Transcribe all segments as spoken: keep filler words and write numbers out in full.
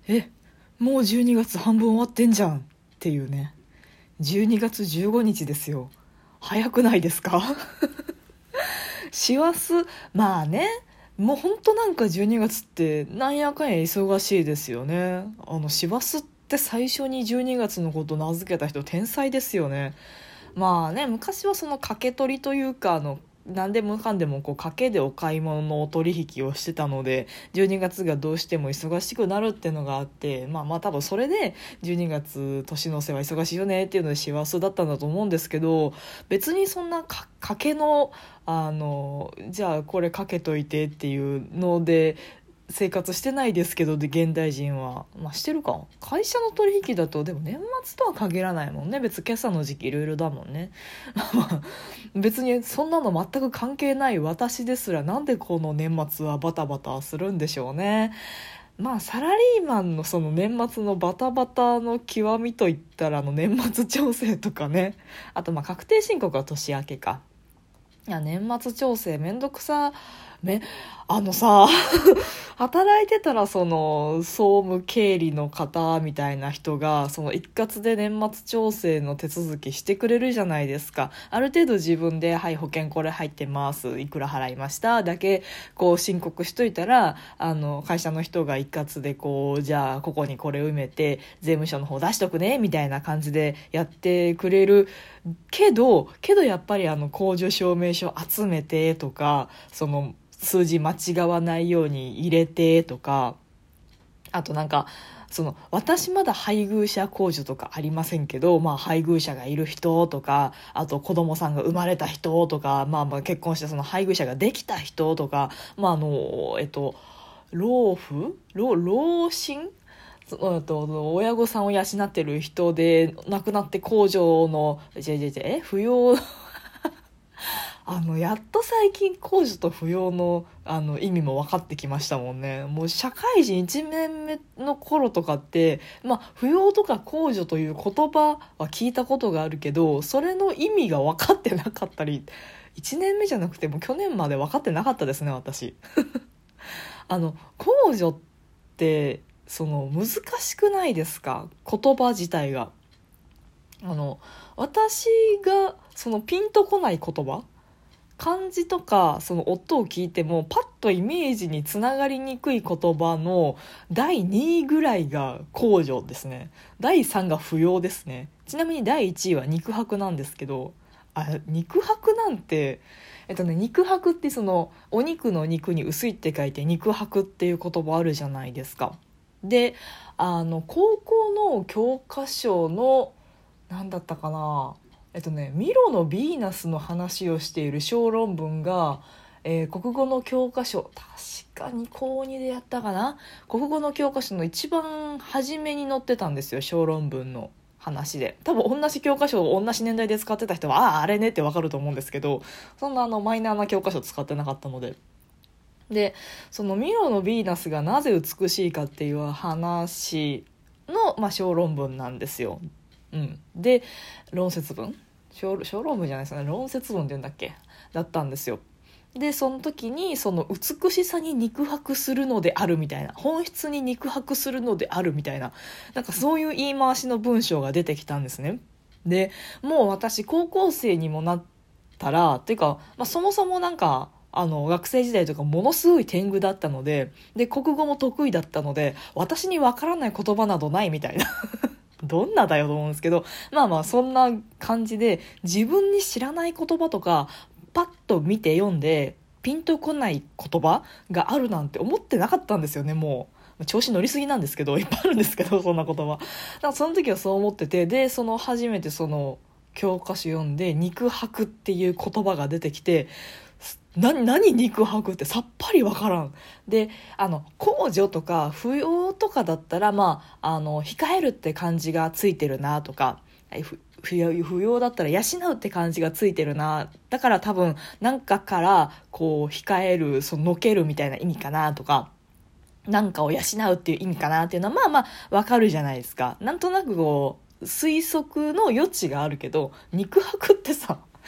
えもうじゅうにがつ半分終わってんじゃんっていうね。じゅうにがつじゅうごにちですよ。早くないですか？師走、まあね、もうほんとなんかじゅうにがつってなんやかんや忙しいですよね。あの師走って最初にじゅうにがつのこと名付けた人天才ですよね。まあね、昔はその掛け取りというか、あの何でもかんでもこう賭けでお買い物の取引をしてたので、じゅうにがつがどうしても忙しくなるっていうのがあって、まあまあ多分それでじゅうにがつ年の瀬は忙しいよねっていうので師走だったんだと思うんですけど、別にそんなか賭けのあのじゃあこれかけといてっていうので生活してないですけど、で現代人は、まあ、してるか。会社の取引だとでも年末とは限らないもんね。別に今朝の時期いろいろだもんね。まあ別にそんなの全く関係ない私ですら、なんでこの年末はバタバタするんでしょうね。まあサラリーマンのその年末のバタバタの極みといったら、あの年末調整とかね、あとまあ確定申告は年明けか。いや年末調整めんどくさめあのさ働いてたらその総務経理の方みたいな人がその一括で年末調整の手続きしてくれるじゃないですか。ある程度自分ではい保険これ入ってますいくら払いましただけこう申告しといたら、あの会社の人が一括でこうじゃあここにこれを埋めて税務署の方出しとくねみたいな感じでやってくれるけどけどやっぱりあの控除証明書集めてとか、その数字間違わないように入れてとか、あとなんかその私まだ配偶者控除とかありませんけど、まあ、配偶者がいる人とか、あと子供さんが生まれた人とか、まあ、まあ結婚してその配偶者ができた人とか、まああのえっと老夫老老親そと親御さんを養ってる人で亡くなって控除のじゃじゃじゃえ扶養あのやっと最近控除と扶養の、あの意味も分かってきましたもんね。もう社会人いちねんめの頃とかって、まあ、扶養とか控除という言葉は聞いたことがあるけど、それの意味が分かってなかったり、いちねんめじゃなくても去年まで分かってなかったですね私。あの控除ってその難しくないですか、言葉自体が。あの私がそのピンとこない言葉、漢字とかその音を聞いてもパッとイメージにつながりにくい言葉のだいにいぐらいが控除ですね。だいさんが扶養ですね。ちなみにだいいちいは肉薄なんですけど、あ肉薄なんてえっとね肉薄ってそのお肉の肉に薄いって書いて肉薄っていう言葉あるじゃないですか。であの高校の教科書の何だったかな、えっとねミロのヴィーナスの話をしている小論文が、えー国語の教科書、確かに高にでやったかな、国語の教科書の一番初めに載ってたんですよ、小論文の話で。多分同じ教科書を同じ年代で使ってた人はあああれねってわかると思うんですけど、そんなあのマイナーな教科書使ってなかったので。でそのミロのヴィーナスがなぜ美しいかっていう話の、まあ、小論文なんですよ。うん、で論説文小小論文じゃないですかね、論説文って言うんだっけ、だったんですよ。でその時にその美しさに肉薄するのであるみたいな、本質に肉薄するのであるみたいな、なんかそういう言い回しの文章が出てきたんですね。でもう私高校生にもなったらっていうか、まあ、そもそもなんかあの学生時代とかものすごい天狗だったので、で国語も得意だったので私にわからない言葉などないみたいなどんなだよと思うんですけど、まあまあそんな感じで自分に知らない言葉とかパッと見て読んでピンとこない言葉があるなんて思ってなかったんですよね。もう調子乗りすぎなんですけどいっぱいあるんですけどそんな言葉、だからその時はそう思ってて、でその初めてその教科書読んで肉薄っていう言葉が出てきて、な何肉薄ってさっぱりわからん。であの控除とか扶養とかだったら、まあ、あの控えるって漢字がついてるなとか、扶養、扶養だったら養うって漢字がついてるな、だから多分何かからこう控える、そののけるみたいな意味かなとか、何かを養うっていう意味かなっていうのはまあまあわかるじゃないですか。なんとなくこう推測の余地があるけど、肉薄ってさ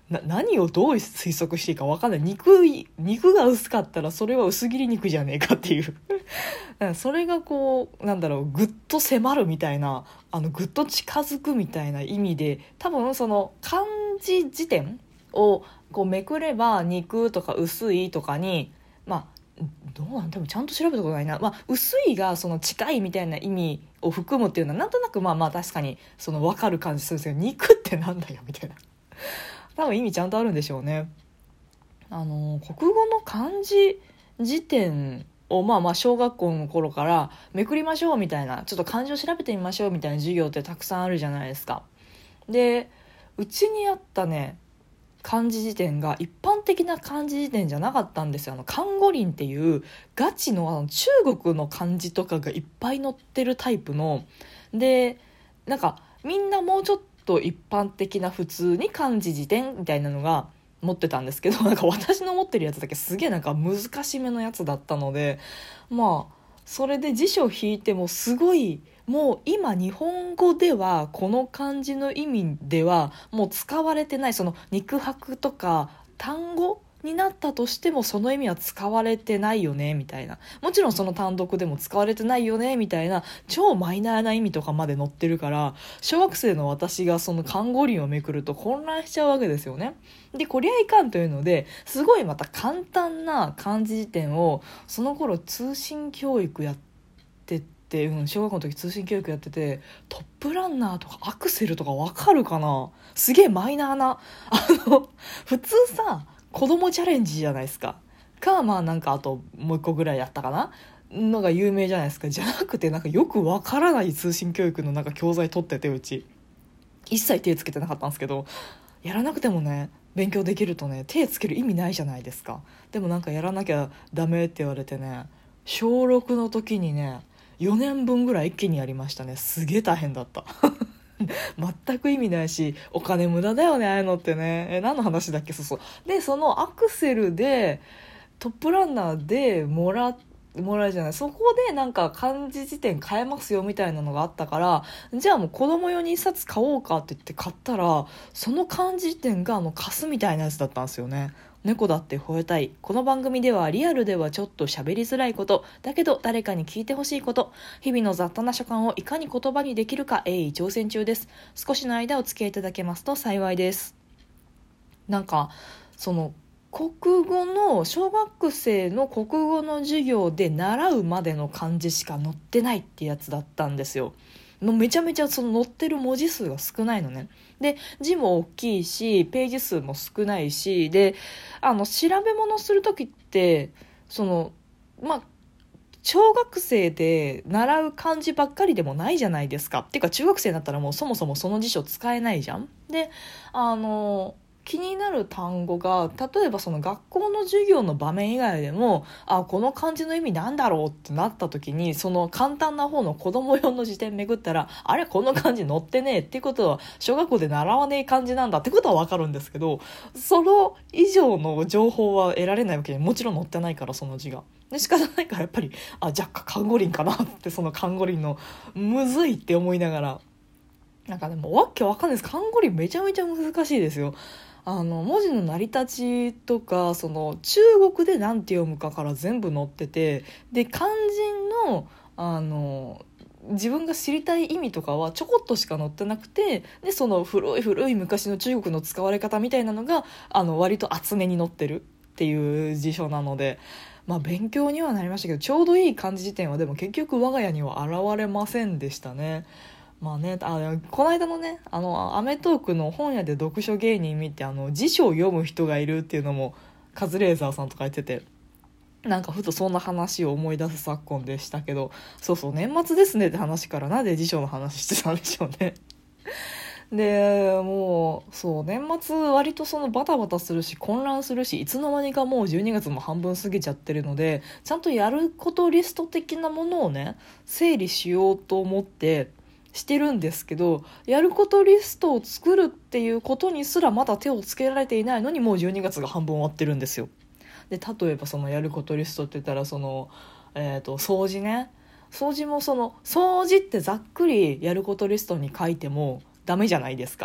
な何をどう推測していいか分かんない。肉肉が薄かったらそれは薄切り肉じゃねえかっていうそれがこうなんだろう、ぐっと迫るみたいな、あのぐっと近づくみたいな意味で、多分その漢字辞典をこうめくれば肉とか薄いとかに、まあどうなんでもちゃんと調べたことないな、まあ、薄いがその近いみたいな意味を含むっていうのはなんとなくまあまあ確かにその分かる感じするんですけど、肉ってなんだよみたいな多分意味ちゃんとあるんでしょうね。あの国語の漢字辞典をまあまあ小学校の頃からめくりましょうみたいな、ちょっと漢字を調べてみましょうみたいな授業ってたくさんあるじゃないですか。でうちにあったね漢字辞典が一般的な漢字辞典じゃなかったんですよ。あの漢語林っていうガチの、あの中国の漢字とかがいっぱい載ってるタイプので、なんかみんなもうちょっと一般的な普通に漢字辞典みたいなのが持ってたんですけど、なんか私の持ってるやつだけすげえなんか難しめのやつだったので、まあそれで辞書を引いてもすごい、もう今日本語ではこの漢字の意味ではもう使われてない、その肉薄とか単語になったとしてもその意味は使われてないよねみたいな、もちろんその単独でも使われてないよねみたいな超マイナーな意味とかまで載ってるから、小学生の私がその漢語林をめくると混乱しちゃうわけですよね。でこりゃいかんというので、すごいまた簡単な漢字辞典をその頃通信教育やってて、うん、小学校の時通信教育やってて、トップランナーとかアクセルとかわかるかな、すげえマイナーな、あの普通さ子供チャレンジじゃないですかか、まあなんかあともう一個ぐらいやったかなのが有名じゃないですか。じゃなくてなんかよくわからない通信教育のなんか教材取ってて、うち一切手つけてなかったんですけど、やらなくてもね勉強できるとね手つける意味ないじゃないですか。でもなんかやらなきゃダメって言われてね、小ろくの時にねよねんぶんぐらい一気にやりましたね。すげえ大変だった全く意味ないしお金無駄だよね、ああいうのってね。え何の話だっけ。そうそうでそのアクセルでトップランナーでもらもらえるじゃない、そこでなんか漢字辞典買えますよみたいなのがあったから、じゃあもう子供用に一冊買おうかって言って買ったら、その漢字辞典があのカスみたいなやつだったんですよね。猫だって吠えたい。この番組ではリアルではちょっと喋りづらいこと、だけど誰かに聞いてほしいこと、日々の雑多な所感をいかに言葉にできるか鋭意挑戦中です。少しの間お付き合いいただけますと幸いです。なんかその国語の小学生の国語の授業で習うまでの漢字しか載ってないってやつだったんですよ。もうめちゃめちゃその載ってる文字数が少ないのね。で字も大きいしページ数も少ないしで、あの調べ物する時ってそのまあ小学生で習う漢字ばっかりでもないじゃないですか。っていうか中学生だったらもうそもそもその辞書使えないじゃん。であの気になる単語が例えばその学校の授業の場面以外でも、あこの漢字の意味なんだろうってなった時に、その簡単な方の子供用の辞典めぐったら、あれこの漢字載ってねえっていうことは小学校で習わねえ漢字なんだってことはわかるんですけど、その以上の情報は得られないわけで、もちろん載ってないからその字がで仕方ないから、やっぱりあじゃあ漢語林かなって、その漢語林のむずいって思いながら、なんかでもわけわかんないです。漢語林めちゃめちゃ難しいですよ。あの文字の成り立ちとか、その中国で何て読むかから全部載ってて、で漢字のあの自分が知りたい意味とかはちょこっとしか載ってなくて、でその古い古い昔の中国の使われ方みたいなのがあの割と厚めに載ってるっていう辞書なので、まあ勉強にはなりましたけど、ちょうどいい漢字辞典はでも結局我が家には現れませんでしたね。まあね、あこの間のね、あのアメトークの本屋で読書芸人見て、あの辞書を読む人がいるっていうのもカズレーザーさんとか言ってて、なんかふとそんな話を思い出す昨今でしたけど、そうそう年末ですねって話からなんで辞書の話してたんでしょうねでもうそう年末割とそのバタバタするし混乱するし、いつの間にかもうじゅうにがつも半分過ぎちゃってるので、ちゃんとやることリスト的なものをね整理しようと思ってしてるんですけど、やることリストを作るっていうことにすらまだ手をつけられていないのに、もうじゅうにがつが半分終わってるんですよ。で例えばそのやることリストって言ったら、その、えーと、掃除ね。掃除もその掃除ってざっくりやることリストに書いてもダメじゃないですか。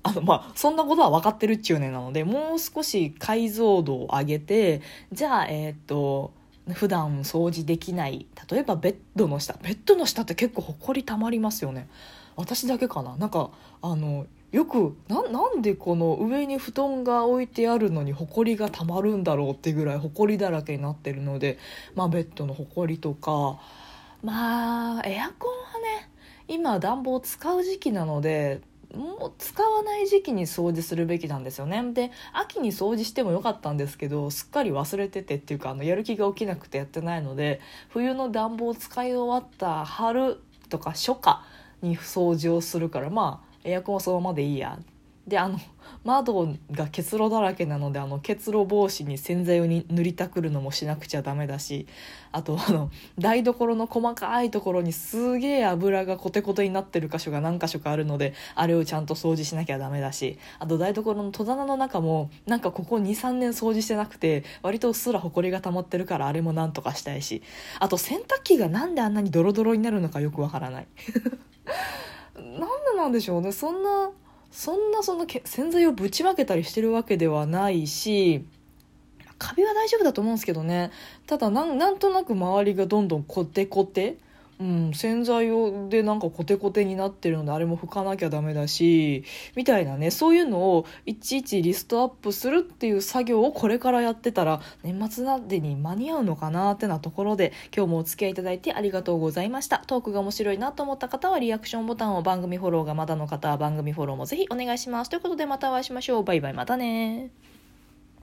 あのまあそんなことは分かってるっちゅうねんなので、もう少し解像度を上げて、じゃあえーっと普段掃除できない、例えばベッドの下ベッドの下って結構ほこりたまりますよね。私だけかな。なんかあのよくななんでこの上に布団が置いてあるのにほこりがたまるんだろうってぐらいほこりだらけになってるので、まあベッドのほこりとか、まあエアコンはね、今暖房使う時期なのでもう使わない時期に掃除するべきなんですよね。で秋に掃除してもよかったんですけど、すっかり忘れててっていうか、あのやる気が起きなくてやってないので、冬の暖房使い終わった春とか初夏に掃除をするから、まあエアコンはそのままでいいや。であの窓が結露だらけなので、あの結露防止に洗剤をに塗りたくるのもしなくちゃダメだし、あとあの台所の細かいところにすげえ油がコテコテになってる箇所が何箇所かあるので、あれをちゃんと掃除しなきゃダメだし、あと台所の戸棚の中もなんかここ にさんねん掃除してなくて割とうっすらほこりが溜まってるから、あれもなんとかしたいし、あと洗濯機がなんであんなにドロドロになるのかよくわからないなんでなんでしょうね。そんなそんなそんなけ洗剤をぶちまけたりしてるわけではないし、カビは大丈夫だと思うんですけどね。ただなんなんとなく周りがどんどんコテコテ、うん、洗剤をでなんかコテコテになってるので、あれも拭かなきゃダメだしみたいなね、そういうのをいちいちリストアップするっていう作業をこれからやってたら年末までに間に合うのかなってなところで、今日もお付き合いいただいてありがとうございました。トークが面白いなと思った方はリアクションボタンを、番組フォローがまだの方は番組フォローもぜひお願いします。ということでまたお会いしましょう。バイバイ、またね。